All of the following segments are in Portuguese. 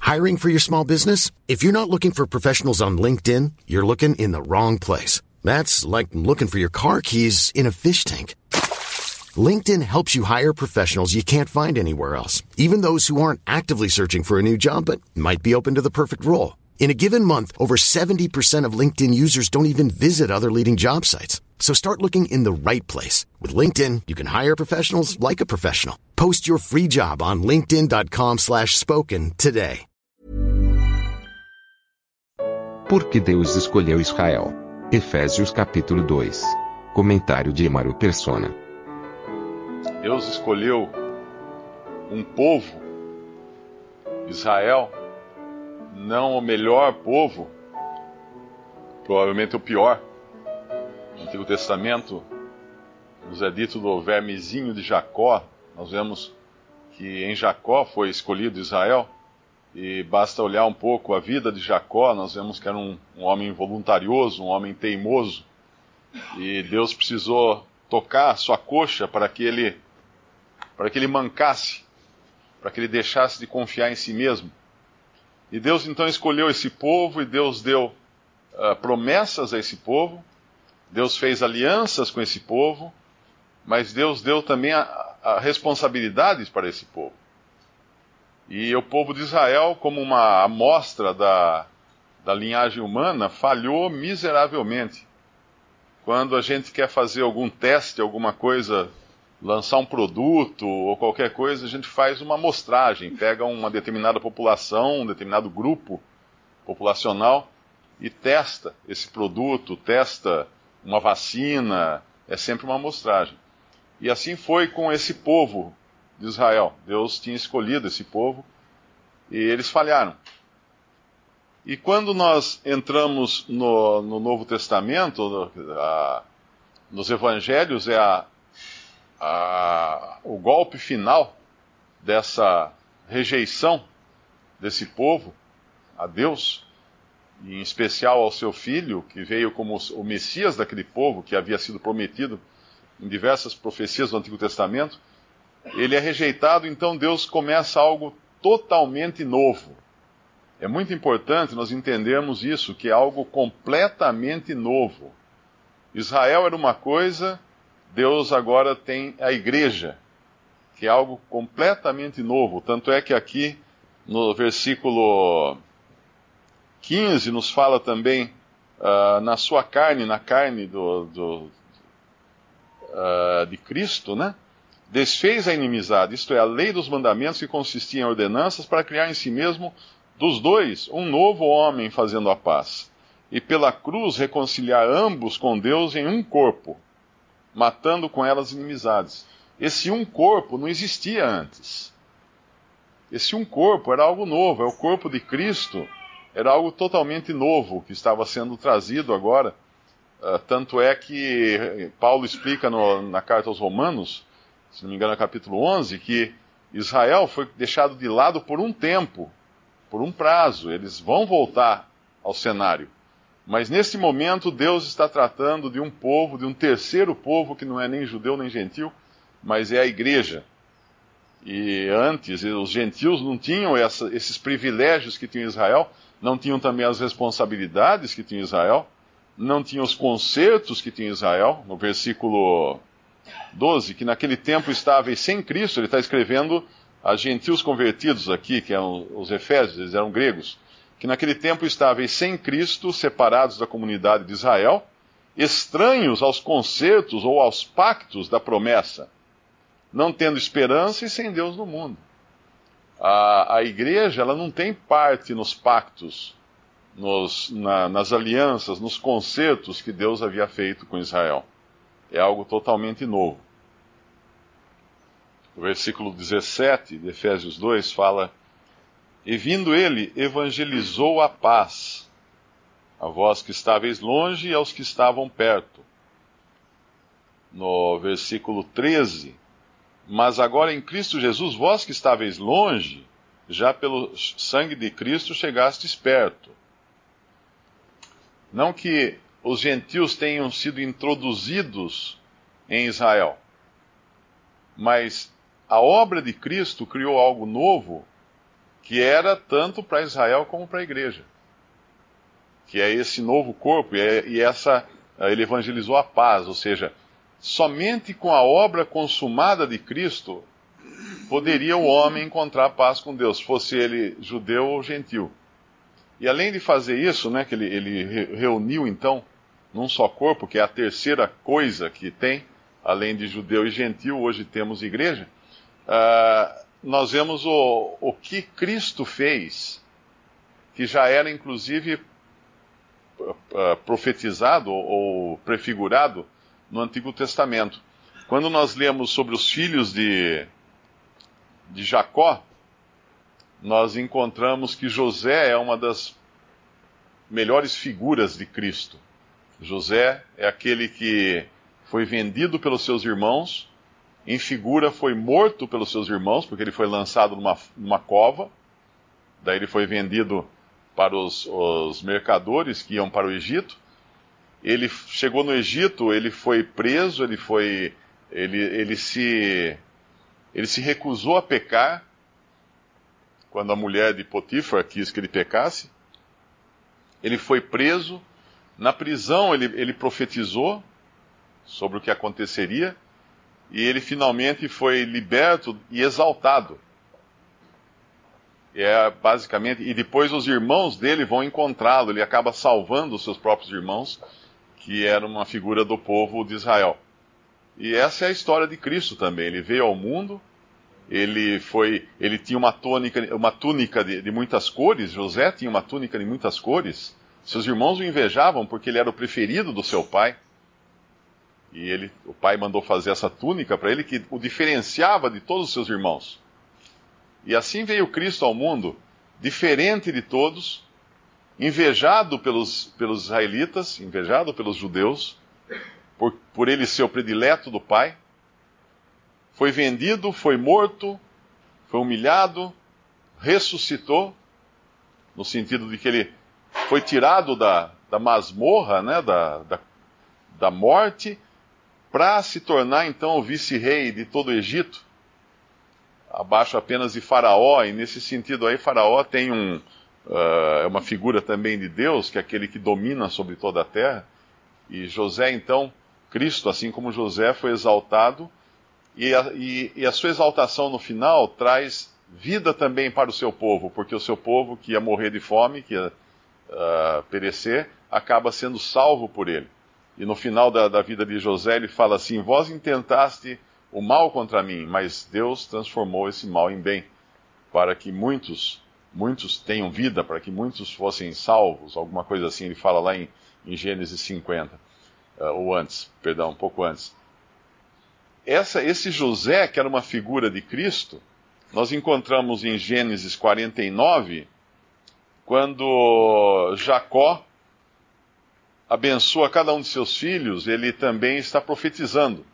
Hiring for your small business? If you're not looking for professionals on LinkedIn, you're looking in the wrong place. That's like looking for your car keys in a fish tank. LinkedIn helps you hire professionals you can't find anywhere else, even those who aren't actively searching for a new job but might be open to the perfect role. In a given month, over 70% of LinkedIn users don't even visit other leading job sites. So start looking in the right place. With LinkedIn, you can hire professionals like a professional. Post your free job on linkedin.com/spoken today. Por que Deus escolheu Israel? Efésios capítulo 2. Comentário de Emaro Persona. Deus escolheu um povo, Israel, não o melhor povo, provavelmente o pior. No Antigo Testamento nos é dito do vermezinho de Jacó. Nós vemos que em Jacó foi escolhido Israel, e basta olhar um pouco a vida de Jacó, nós vemos que era um homem voluntarioso, um homem teimoso, e Deus precisou tocar a sua coxa para que ele mancasse, para que ele deixasse de confiar em si mesmo. E Deus então escolheu esse povo, e Deus deu promessas a esse povo, Deus fez alianças com esse povo, mas Deus deu também a responsabilidades para esse povo. E o povo de Israel, como uma amostra da linhagem humana, falhou miseravelmente. Quando a gente quer fazer algum teste, alguma coisa, lançar um produto ou qualquer coisa, a gente faz uma amostragem, pega uma determinada população, um determinado grupo populacional e testa esse produto, testa uma vacina, é sempre uma amostragem. E assim foi com esse povo de Israel. Deus tinha escolhido esse povo e eles falharam. E quando nós entramos no Novo Testamento, nos Evangelhos, o golpe final dessa rejeição desse povo a Deus, e em especial ao seu filho, que veio como o Messias daquele povo, que havia sido prometido em diversas profecias do Antigo Testamento. Ele é rejeitado, então Deus começa algo totalmente novo. É muito importante nós entendermos isso, que é algo completamente novo. Israel era uma coisa, Deus agora tem a igreja, que é algo completamente novo. Tanto é que aqui no versículo 15 nos fala também na sua carne, na carne de Cristo, né? Desfez a inimizade, isto é, a lei dos mandamentos que consistia em ordenanças para criar em si mesmo dos dois um novo homem fazendo a paz. E pela cruz reconciliar ambos com Deus em um corpo, matando com elas inimizades. Esse um corpo não existia antes. Esse um corpo era algo novo, é o corpo de Cristo, era algo totalmente novo que estava sendo trazido agora. Tanto é que Paulo explica na carta aos Romanos, se não me engano, no capítulo 11, que Israel foi deixado de lado por um tempo, por um prazo. Eles vão voltar ao cenário. Mas nesse momento Deus está tratando de um povo, de um terceiro povo, que não é nem judeu nem gentil, mas é a igreja. E antes, os gentios não tinham esses privilégios que tinha Israel, não tinham também as responsabilidades que tinha Israel, não tinham os concertos que tinha Israel. No versículo 12, que naquele tempo estáveis sem Cristo, ele está escrevendo a gentios convertidos aqui, que eram os efésios, eles eram gregos, que naquele tempo estáveis sem Cristo, separados da comunidade de Israel, estranhos aos concertos ou aos pactos da promessa, não tendo esperança e sem Deus no mundo. A igreja, ela não tem parte nos pactos, nas alianças, nos concertos que Deus havia feito com Israel. É algo totalmente novo. O versículo 17 de Efésios 2 fala: E vindo ele, evangelizou a paz, a vós que estáveis longe e aos que estavam perto. No versículo 13: Mas agora em Cristo Jesus, vós que estáveis longe, já pelo sangue de Cristo chegastes perto. Não que os gentios tenham sido introduzidos em Israel, mas a obra de Cristo criou algo novo que era tanto para Israel como para a igreja, que é esse novo corpo, ele evangelizou a paz, ou seja, somente com a obra consumada de Cristo poderia o homem encontrar paz com Deus, fosse ele judeu ou gentil. E além de fazer isso, né, que ele reuniu então num só corpo, que é a terceira coisa que tem, além de judeu e gentil, hoje temos igreja, nós vemos o que Cristo fez, que já era inclusive profetizado ou prefigurado no Antigo Testamento. Quando nós lemos sobre os filhos de Jacó, nós encontramos que José é uma das melhores figuras de Cristo. José é aquele que foi vendido pelos seus irmãos, em figura foi morto pelos seus irmãos, porque ele foi lançado numa cova, daí ele foi vendido para os mercadores que iam para o Egito. Ele chegou no Egito, ele foi preso, ele se recusou a pecar, quando a mulher de Potifar quis que ele pecasse. Ele foi preso, na prisão ele profetizou sobre o que aconteceria, e ele finalmente foi liberto e exaltado. Basicamente, e depois os irmãos dele vão encontrá-lo, ele acaba salvando os seus próprios irmãos, que era uma figura do povo de Israel. E essa é a história de Cristo também. Ele veio ao mundo, ele tinha uma túnica de muitas cores. José tinha uma túnica de muitas cores. Seus irmãos o invejavam porque ele era o preferido do seu pai. E o pai mandou fazer essa túnica para ele, que o diferenciava de todos os seus irmãos. E assim veio Cristo ao mundo, diferente de todos, invejado pelos israelitas, invejado pelos judeus, por ele ser o predileto do pai. Foi vendido, foi morto, foi humilhado, ressuscitou, no sentido de que ele foi tirado da masmorra, né, da morte, para se tornar então o vice-rei de todo o Egito, abaixo apenas de Faraó. E nesse sentido aí, Faraó tem é uma figura também de Deus, que é aquele que domina sobre toda a terra. E José então, Cristo, assim como José, foi exaltado, e a sua exaltação no final traz vida também para o seu povo, porque o seu povo que ia morrer de fome, que ia perecer, acaba sendo salvo por ele. E no final da vida de José ele fala assim: vós intentaste o mal contra mim, mas Deus transformou esse mal em bem, para que muitos tenham vida, para que muitos fossem salvos, alguma coisa assim, ele fala lá em Gênesis 50, ou antes, perdão, um pouco antes. Esse José, que era uma figura de Cristo, nós encontramos em Gênesis 49, quando Jacó abençoa cada um de seus filhos, ele também está profetizando.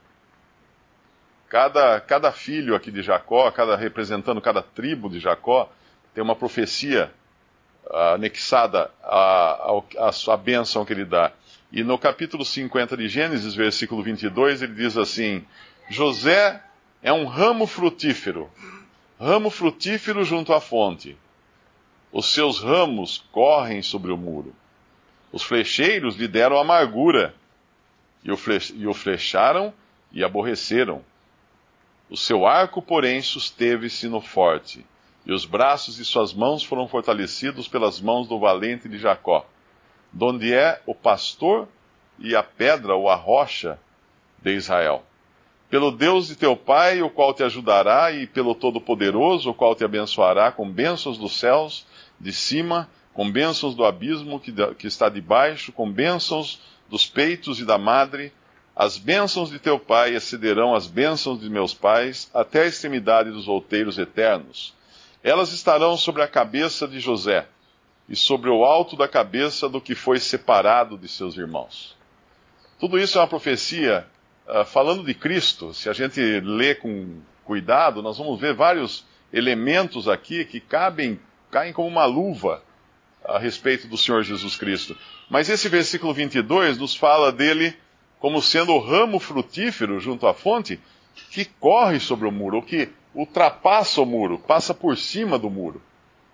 Cada filho aqui de Jacó, representando cada tribo de Jacó, tem uma profecia anexada à bênção que ele dá. E no capítulo 50 de Gênesis, versículo 22, ele diz assim: José é um ramo frutífero junto à fonte. Os seus ramos correm sobre o muro. Os flecheiros lhe deram amargura, e o flecharam e aborreceram. O seu arco, porém, susteve-se no forte, e os braços de suas mãos foram fortalecidos pelas mãos do valente de Jacó, donde é o pastor e a pedra ou a rocha de Israel. Pelo Deus de teu pai, o qual te ajudará, e pelo Todo-Poderoso, o qual te abençoará com bênçãos dos céus de cima, com bênçãos do abismo que está debaixo, com bênçãos dos peitos e da madre. As bênçãos de teu pai excederão as bênçãos de meus pais, até a extremidade dos outeiros eternos. Elas estarão sobre a cabeça de José, e sobre o alto da cabeça do que foi separado de seus irmãos. Tudo isso é uma profecia falando de Cristo. Se a gente lê com cuidado, nós vamos ver vários elementos aqui que caem como uma luva a respeito do Senhor Jesus Cristo. Mas esse versículo 22 nos fala dele como sendo o ramo frutífero junto à fonte, que corre sobre o muro, ou que ultrapassa o muro, passa por cima do muro.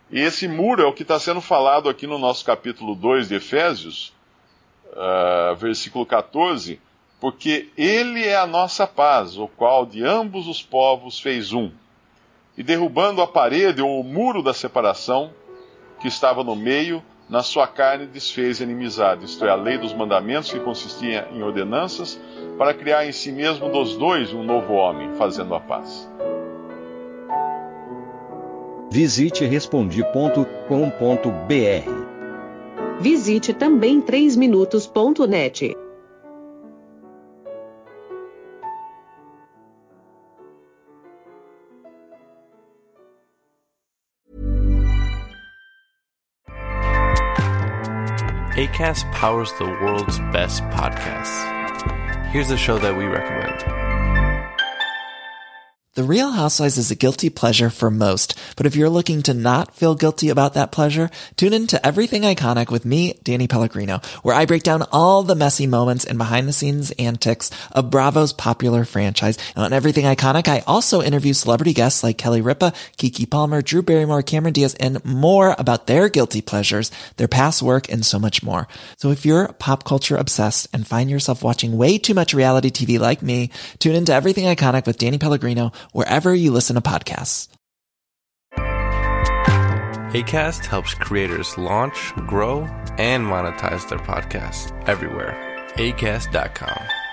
E esse muro é o que está sendo falado aqui no nosso capítulo 2 de Efésios, versículo 14, porque ele é a nossa paz, o qual de ambos os povos fez um. E derrubando a parede ou o muro da separação que estava no meio, na sua carne desfez a inimizade, isto é, a lei dos mandamentos que consistia em ordenanças, para criar em si mesmo dos dois um novo homem, fazendo a paz. Visite Respondi.com.br. Visite também 3minutos.net. Acast powers the world's best podcasts. Here's a show that we recommend. The Real Housewives is a guilty pleasure for most, but if you're looking to not feel guilty about that pleasure, tune in to Everything Iconic with me, Danny Pellegrino, where I break down all the messy moments and behind-the-scenes antics of Bravo's popular franchise. And on Everything Iconic, I also interview celebrity guests like Kelly Ripa, Keke Palmer, Drew Barrymore, Cameron Diaz, and more about their guilty pleasures, their past work, and so much more. So if you're pop culture obsessed and find yourself watching way too much reality TV like me, tune into Everything Iconic with Danny Pellegrino, wherever you listen to podcasts. Acast helps creators launch, grow, and monetize their podcasts everywhere. Acast.com.